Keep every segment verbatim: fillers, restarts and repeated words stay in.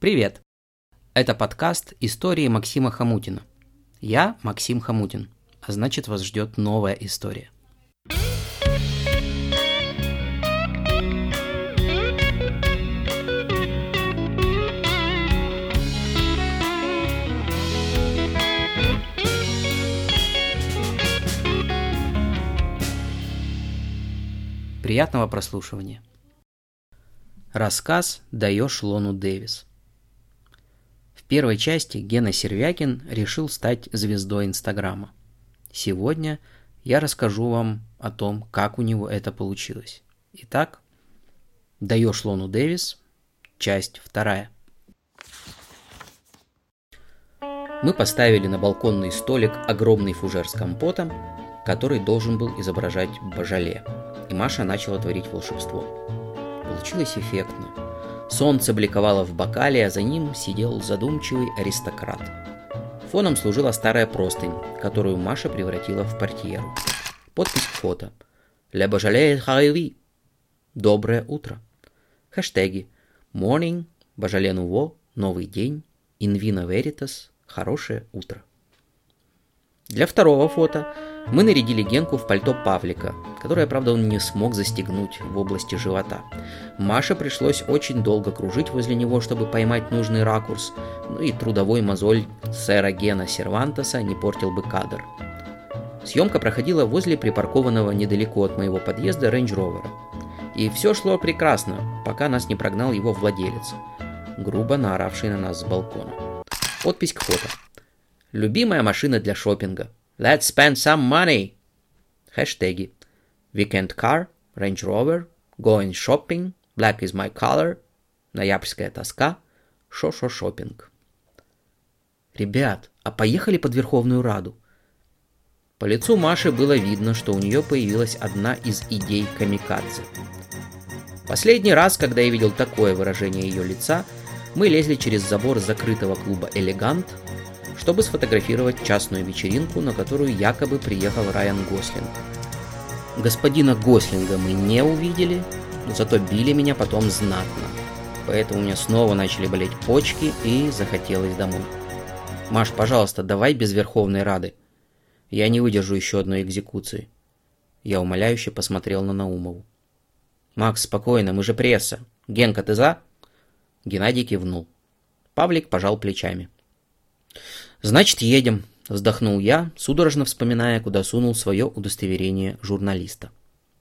Привет! Это подкаст «Истории Максима Хомутина». Я Максим Хомутин, а значит, вас ждет новая история. Приятного прослушивания. Рассказ «Даешь Лону Дэвис». В первой части Гена Сервякин решил стать звездой Инстаграма. Сегодня я расскажу вам о том, как у него это получилось. Итак, «Даешь Лону Дэвис», часть вторая. Мы поставили на балконный столик огромный фужер с компотом, который должен был изображать Божоле, и Маша начала творить волшебство. Получилось эффектно. Солнце бликовало в бокале, а за ним сидел задумчивый аристократ. Фоном служила старая простынь, которую Маша превратила в портьеру. Подпись к фото. «Le Beaujolais Haïvi» – «Доброе утро». Хэштеги «Morning», «Beaujolais Nouveau», «Новый день», «In Vino Veritas», «Хорошее утро». Для второго фото мы нарядили Генку в пальто Павлика, которое, правда, он не смог застегнуть в области живота. Маше пришлось очень долго кружить возле него, чтобы поймать нужный ракурс, ну и трудовой мозоль сэра Гена Сервантеса не портил бы кадр. Съемка проходила возле припаркованного недалеко от моего подъезда рейндж-ровера. И все шло прекрасно, пока нас не прогнал его владелец, грубо наоравший на нас с балкона. Подпись к фото. «Любимая машина для шопинга. Let's spend some money». Хэштеги «Weekend car», «Range Rover», «Going shopping», «Black is my color», «Ноябрьская тоска», «Шо-шо-шопинг». «Ребят, а поехали под Верховную Раду?» По лицу Маши было видно, что у нее появилась одна из идей камикадзе. Последний раз, когда я видел такое выражение ее лица, мы лезли через забор закрытого клуба «Элегант», чтобы сфотографировать частную вечеринку, на которую якобы приехал Райан Гослинг. Господина Гослинга мы не увидели, но зато били меня потом знатно. Поэтому у меня снова начали болеть почки и захотелось домой. «Маш, пожалуйста, давай без Верховной Рады. Я не выдержу еще одной экзекуции». Я умоляюще посмотрел на Наумову. «Макс, спокойно, мы же пресса. Генка, ты за?» Геннадий кивнул. Павлик пожал плечами. «Значит, едем», — вздохнул я, судорожно вспоминая, куда сунул свое удостоверение журналиста.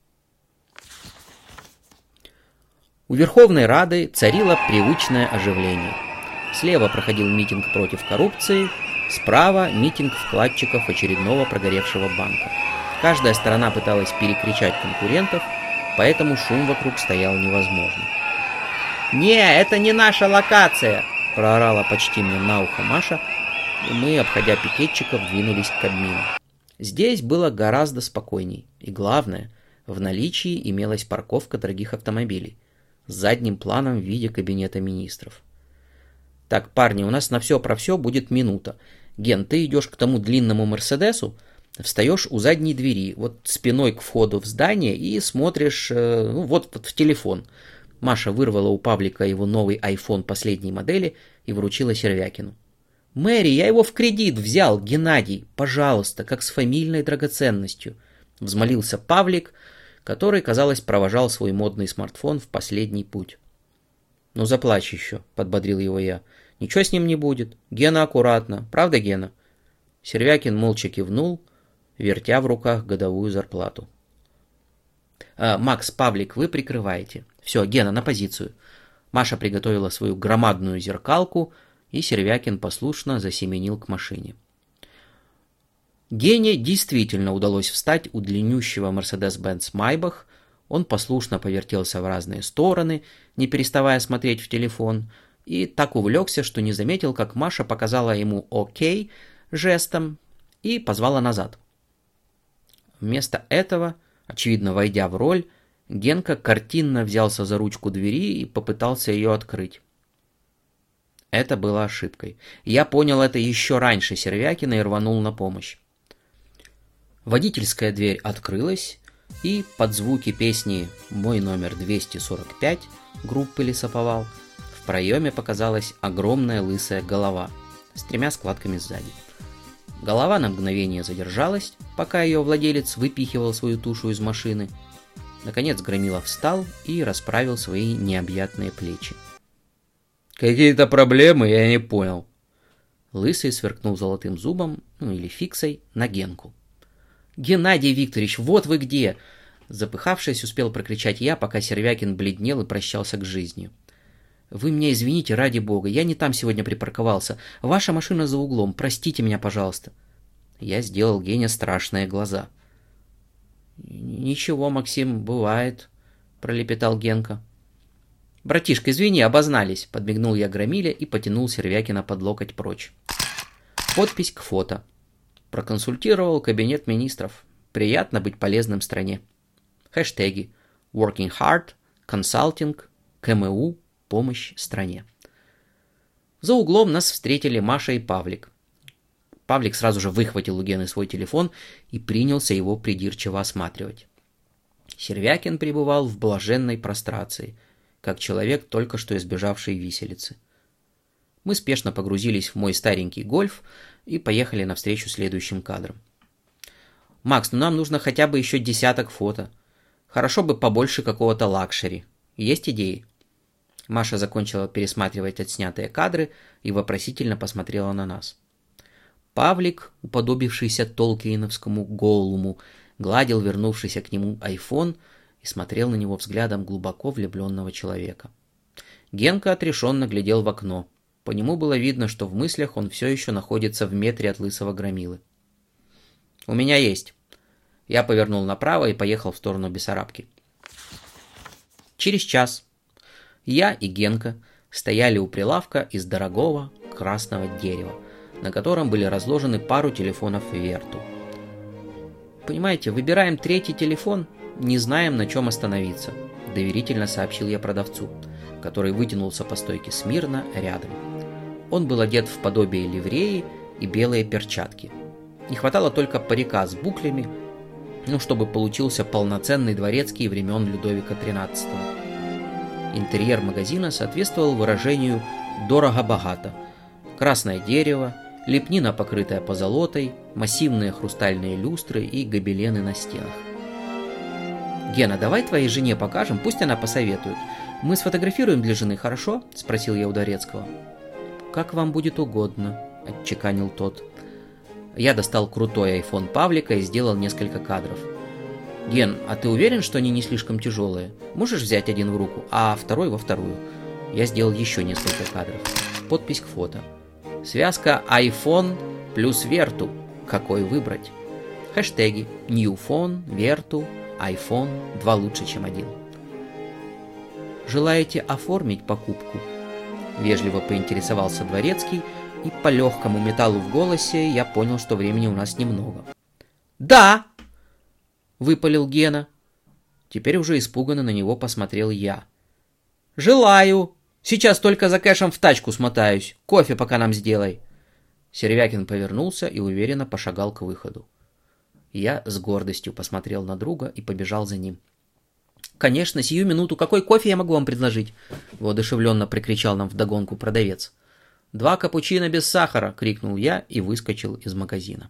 У Верховной Рады царило привычное оживление. Слева проходил митинг против коррупции, справа митинг вкладчиков очередного прогоревшего банка. Каждая сторона пыталась перекричать конкурентов, поэтому шум вокруг стоял невозможно. «Не, это не наша локация!» — проорала почти мне на ухо Маша, и мы, обходя пикетчиков, двинулись к Кабмину. Здесь было гораздо спокойней, и главное, в наличии имелась парковка дорогих автомобилей с задним планом в виде кабинета министров. «Так, парни, у нас на все про все будет минута. Ген, ты идешь к тому длинному Мерседесу, встаешь у задней двери, вот спиной к входу в здание и смотришь, э, ну, вот, вот в телефон». Маша вырвала у Павлика его новый айфон последней модели и вручила Сервякину. «Мэри, я его в кредит взял, Геннадий, пожалуйста, как с фамильной драгоценностью», — взмолился Павлик, который, казалось, провожал свой модный смартфон в последний путь. «Ну, заплачь еще», — подбодрил его я. «Ничего с ним не будет. Гена аккуратно. Правда, Гена?» Сервякин молча кивнул, вертя в руках годовую зарплату. «А, Макс, Павлик, вы прикрываете. Все, Гена, на позицию». Маша приготовила свою громадную зеркалку, и Сервякин послушно засеменил к машине. Гене действительно удалось встать у длиннющего Mercedes-Benz Maybach. Он послушно повертелся в разные стороны, не переставая смотреть в телефон, и так увлекся, что не заметил, как Маша показала ему «Окей» жестом и позвала назад. Вместо этого, очевидно, войдя в роль, Генка картинно взялся за ручку двери и попытался ее открыть. Это было ошибкой. Я понял это еще раньше Сервякина и рванул на помощь. Водительская дверь открылась, и под звуки песни «Мой номер двести сорок пять» группы «Лесоповал» В проеме показалась огромная лысая голова с тремя складками сзади. Голова на мгновение задержалась, пока ее владелец выпихивал свою тушу из машины. Наконец Громила встал и расправил свои необъятные плечи. «Какие-то проблемы, я не понял». Лысый сверкнул золотым зубом, ну или фиксой, на Генку. «Геннадий Викторович, вот вы где!» Запыхавшись, успел прокричать я, пока Сервякин бледнел и прощался к жизни. «Вы меня извините, ради бога, я не там сегодня припарковался. Ваша машина за углом, простите меня, пожалуйста». Я сделал Гене страшные глаза. «Ничего, Максим, бывает», — пролепетал Генка. «Братишка, извини, обознались», — подмигнул я Громиле и потянул Сервякина под локоть прочь. Подпись к фото. Проконсультировал кабинет министров. Приятно быть полезным стране. Хэштеги Working Hard, Consulting, КМУ, Помощь стране. За углом нас встретили Маша и Павлик. Павлик сразу же выхватил у Гены свой телефон и принялся его придирчиво осматривать. Сервякин пребывал в блаженной прострации, как человек, только что избежавший виселицы. Мы спешно погрузились в мой старенький гольф и поехали навстречу следующим кадрам. «Макс, ну нам нужно хотя бы еще десяток фото. Хорошо бы побольше какого-то лакшери. Есть идеи?» Маша закончила пересматривать отснятые кадры и вопросительно посмотрела на нас. Павлик, уподобившийся толкиеновскому голуму, гладил вернувшийся к нему айфон и смотрел на него взглядом глубоко влюбленного человека. Генка отрешенно глядел в окно. По нему было видно, что в мыслях он все еще находится в метре от лысого Громилы. «У меня есть». Я повернул направо и поехал в сторону Бессарабки. Через час я и Генка стояли у прилавка из дорогого красного дерева, на котором были разложены пару телефонов Верту. «Понимаете, выбираем третий телефон, не знаем, на чем остановиться», — доверительно сообщил я продавцу, который вытянулся по стойке смирно рядом. Он был одет в подобие ливреи и белые перчатки. Не хватало только парика с буклями, ну, чтобы получился полноценный дворецкий времен Людовика тринадцатого. Интерьер магазина соответствовал выражению «дорого-богато». Красное дерево, лепнина, покрытая позолотой, массивные хрустальные люстры и гобелены на стенах. «Гена, давай твоей жене покажем, пусть она посоветует. Мы сфотографируем для жены, хорошо?» – спросил я у Дворецкого. «Как вам будет угодно», – отчеканил тот. Я достал крутой айфон Павлика и сделал несколько кадров. «Ген, а ты уверен, что они не слишком тяжелые? Можешь взять один в руку, а второй во вторую?» Я сделал еще несколько кадров. Подпись к фото. Связка iPhone плюс Верту. Какой выбрать? Хэштеги New Phone, Верту, iPhone. Два лучше, чем один. «Желаете оформить покупку?» Вежливо поинтересовался Дворецкий, и по легкому металлу в голосе я понял, что времени у нас немного. «Да!» — выпалил Гена. Теперь уже испуганно на него посмотрел я. «Желаю! Сейчас только за кэшем в тачку смотаюсь. Кофе пока нам сделай!» Сервякин повернулся и уверенно пошагал к выходу. Я с гордостью посмотрел на друга и побежал за ним. «Конечно, сию минуту. Какой кофе я могу вам предложить?» — воодушевленно прикричал нам вдогонку продавец. «Два капучино без сахара!» — крикнул я и выскочил из магазина.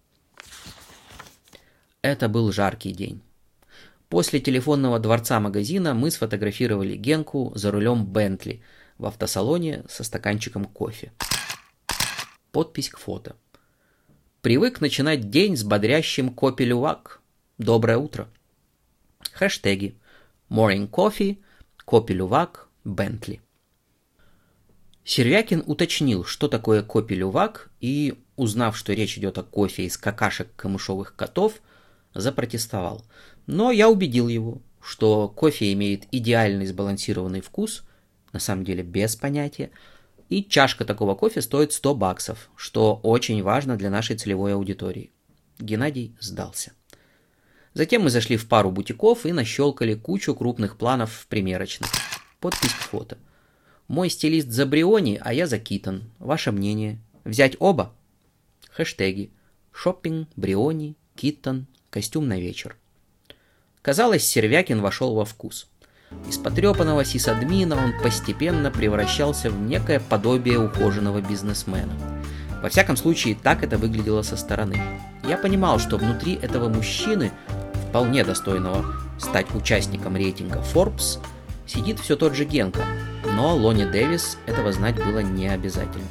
Это был жаркий день. После телефонного дворца магазина мы сфотографировали Генку за рулем Бентли в автосалоне со стаканчиком кофе. Подпись к фото. Привык начинать день с бодрящим кофе-лювак. Доброе утро. Хэштеги Morning Coffee, кофе-лювак, Бентли. Сервякин уточнил, что такое кофе-лювак, и, узнав, что речь идет о кофе из какашек камышовых котов, запротестовал. Но я убедил его, что кофе имеет идеальный сбалансированный вкус, на самом деле без понятия, и чашка такого кофе стоит сто баксов, что очень важно для нашей целевой аудитории. Геннадий сдался. Затем мы зашли в пару бутиков и нащелкали кучу крупных планов в примерочных. Подпись к фото. Мой стилист за Бриони, а я за Китон. Ваше мнение? Взять оба? Хэштеги Шоппинг, Бриони, Китон, костюм на вечер. Казалось, Сервякин вошел во вкус. Из потрепанного сисадмина он постепенно превращался в некое подобие ухоженного бизнесмена. Во всяком случае, так это выглядело со стороны. Я понимал, что внутри этого мужчины, вполне достойного стать участником рейтинга Forbes, сидит все тот же Генка, но Лоне Дэвис этого знать было не обязательно.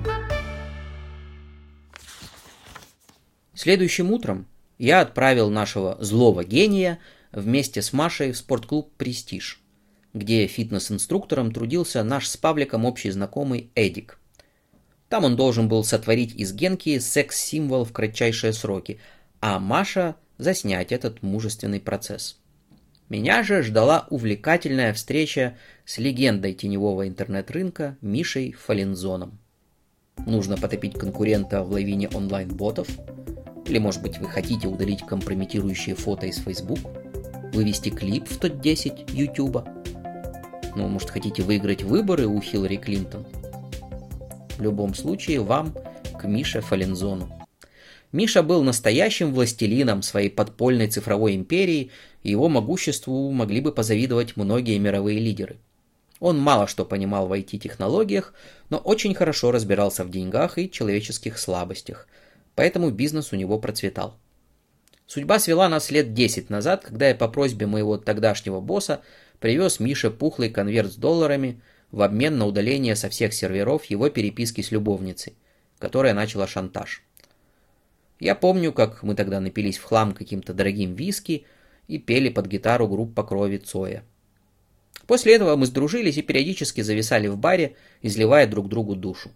Следующим утром я отправил нашего злого гения вместе с Машей в спортклуб «Престиж», где фитнес-инструктором трудился наш с Павликом общий знакомый Эдик. Там он должен был сотворить из Генки секс-символ в кратчайшие сроки, а Маша заснять этот мужественный процесс. Меня же ждала увлекательная встреча с легендой теневого интернет-рынка Мишей Фалензоном. Нужно потопить конкурента в лавине онлайн-ботов? Или, может быть, вы хотите удалить компрометирующие фото из Facebook? Вывести клип в топ десять Ютуба? Ну, может, хотите выиграть выборы у Хиллари Клинтон? В любом случае, вам к Мише Фалензону. Миша был настоящим властелином своей подпольной цифровой империи, и его могуществу могли бы позавидовать многие мировые лидеры. Он мало что понимал в ай ти-технологиях, но очень хорошо разбирался в деньгах и человеческих слабостях, поэтому бизнес у него процветал. Судьба свела нас лет десять назад, когда я по просьбе моего тогдашнего босса привез Мише пухлый конверт с долларами в обмен на удаление со всех серверов его переписки с любовницей, которая начала шантаж. Я помню, как мы тогда напились в хлам каким-то дорогим виски и пели под гитару группа крови Цоя. После этого мы сдружились и периодически зависали в баре, изливая друг другу душу.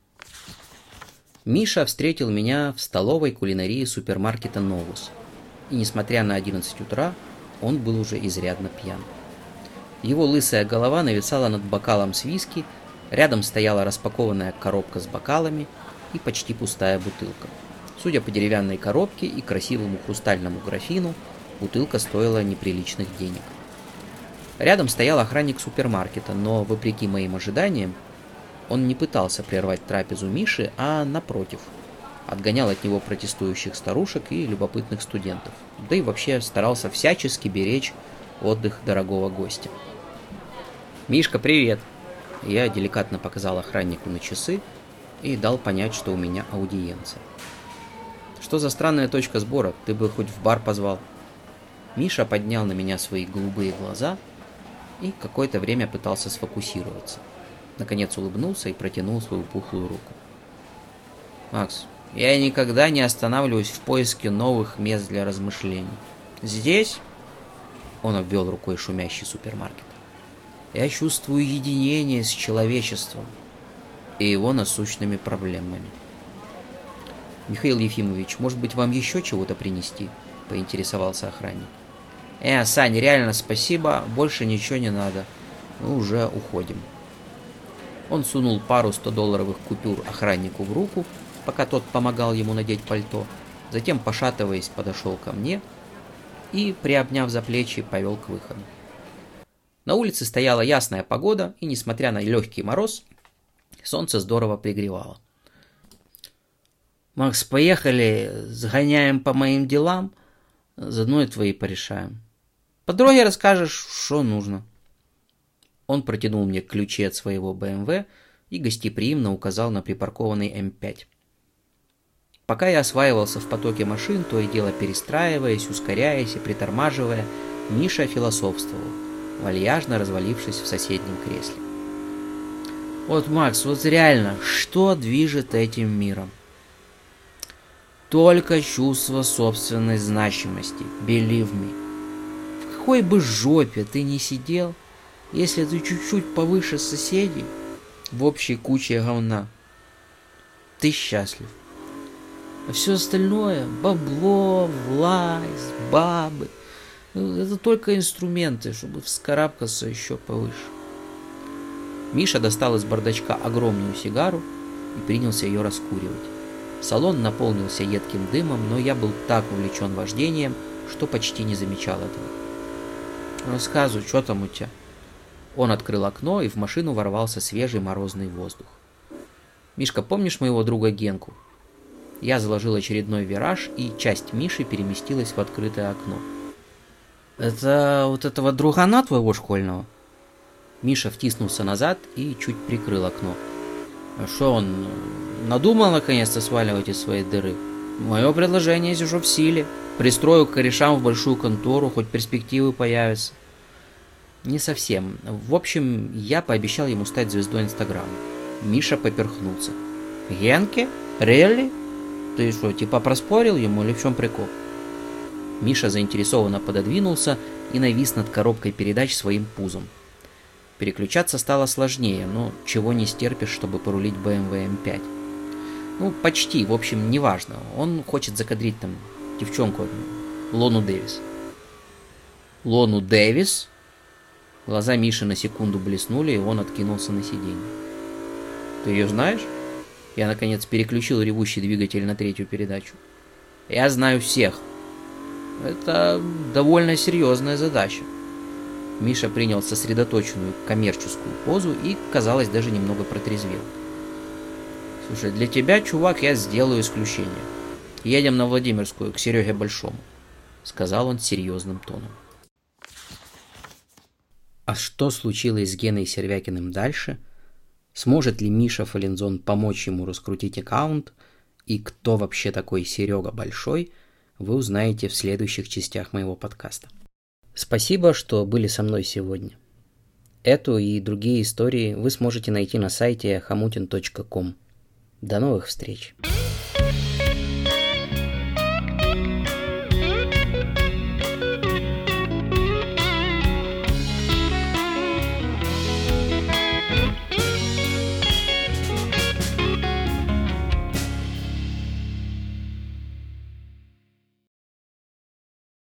Миша встретил меня в столовой кулинарии супермаркета «Новус», и несмотря на одиннадцать утра, он был уже изрядно пьян. Его лысая голова нависала над бокалом с виски, рядом стояла распакованная коробка с бокалами и почти пустая бутылка. Судя по деревянной коробке и красивому хрустальному графину, бутылка стоила неприличных денег. Рядом стоял охранник супермаркета, но, вопреки моим ожиданиям, он не пытался прервать трапезу Миши, а, напротив, отгонял от него протестующих старушек и любопытных студентов, да и вообще старался всячески беречь отдых дорогого гостя. «Мишка, привет!» Я деликатно показал охраннику на часы и дал понять, что у меня аудиенция. «Что за странная точка сбора? Ты бы хоть в бар позвал». Миша поднял на меня свои голубые глаза и какое-то время пытался сфокусироваться. Наконец улыбнулся и протянул свою пухлую руку. «Макс, я никогда не останавливаюсь в поиске новых мест для размышлений. Здесь...» Он обвел рукой шумящий супермаркет. «Я чувствую единение с человечеством и его насущными проблемами». «Михаил Ефимович, может быть, вам еще чего-то принести?» — поинтересовался охранник. «Э, Сань, реально спасибо, больше ничего не надо. Мы уже уходим». Он сунул пару сто-долларовых купюр охраннику в руку, пока тот помогал ему надеть пальто, затем, пошатываясь, подошел ко мне и, приобняв за плечи, повел к выходу. На улице стояла ясная погода, и, несмотря на легкий мороз, солнце здорово пригревало. «Макс, поехали, сгоняем по моим делам, заодно и твои порешаем. По дороге расскажешь, что нужно». Он протянул мне ключи от своего бэ эм вэ и гостеприимно указал на припаркованный эм пять. Пока я осваивался в потоке машин, то и дело перестраиваясь, ускоряясь и притормаживая, Миша философствовал, вальяжно развалившись в соседнем кресле. «Вот, Макс, вот реально, что движет этим миром? Только чувство собственной значимости, believe me. В какой бы жопе ты ни сидел, если ты чуть-чуть повыше соседей, в общей куче говна, ты счастлив. А все остальное, бабло, власть, бабы, это только инструменты, чтобы вскарабкаться еще повыше». Миша достал из бардачка огромную сигару и принялся ее раскуривать. Салон наполнился едким дымом, но я был так увлечен вождением, что почти не замечал этого. «Рассказывай, что там у тебя?» Он открыл окно, и в машину ворвался свежий морозный воздух. «Мишка, помнишь моего друга Генку?» Я заложил очередной вираж, и часть Миши переместилась в открытое окно. Это вот этого другана твоего школьного? Миша втиснулся назад и чуть прикрыл окно. А что он надумал наконец-то сваливать из своей дыры? Мое предложение здесь уже в силе. Пристрою к корешам в большую контору, хоть перспективы появятся. Не совсем. В общем, я пообещал ему стать звездой Инстаграма. Миша поперхнулся. Генке? Релли? Ты что, типа проспорил ему или в чем прикол? Миша заинтересованно пододвинулся и навис над коробкой передач своим пузом. Переключаться стало сложнее, но чего не стерпишь, чтобы порулить бэ эм вэ эм пять. Ну, почти, в общем, неважно. Он хочет закадрить там девчонку одну, Лону Дэвис. Лону Дэвис? Глаза Миши на секунду блеснули, и он откинулся на сиденье. Ты ее знаешь? Я, наконец, переключил ревущий двигатель на третью передачу. Я знаю всех. Это довольно серьезная задача. Миша принял сосредоточенную коммерческую позу и, казалось, даже немного протрезвел. Слушай, для тебя, чувак, я сделаю исключение. Едем на Владимирскую, к Сереге Большому, сказал он серьезным тоном. А что случилось с Геной Сервякиным дальше? Сможет ли Миша Фалензон помочь ему раскрутить аккаунт? И кто вообще такой Серега Большой, вы узнаете в следующих частях моего подкаста. Спасибо, что были со мной сегодня. Эту и другие истории вы сможете найти на сайте хомутин точка ком. До новых встреч!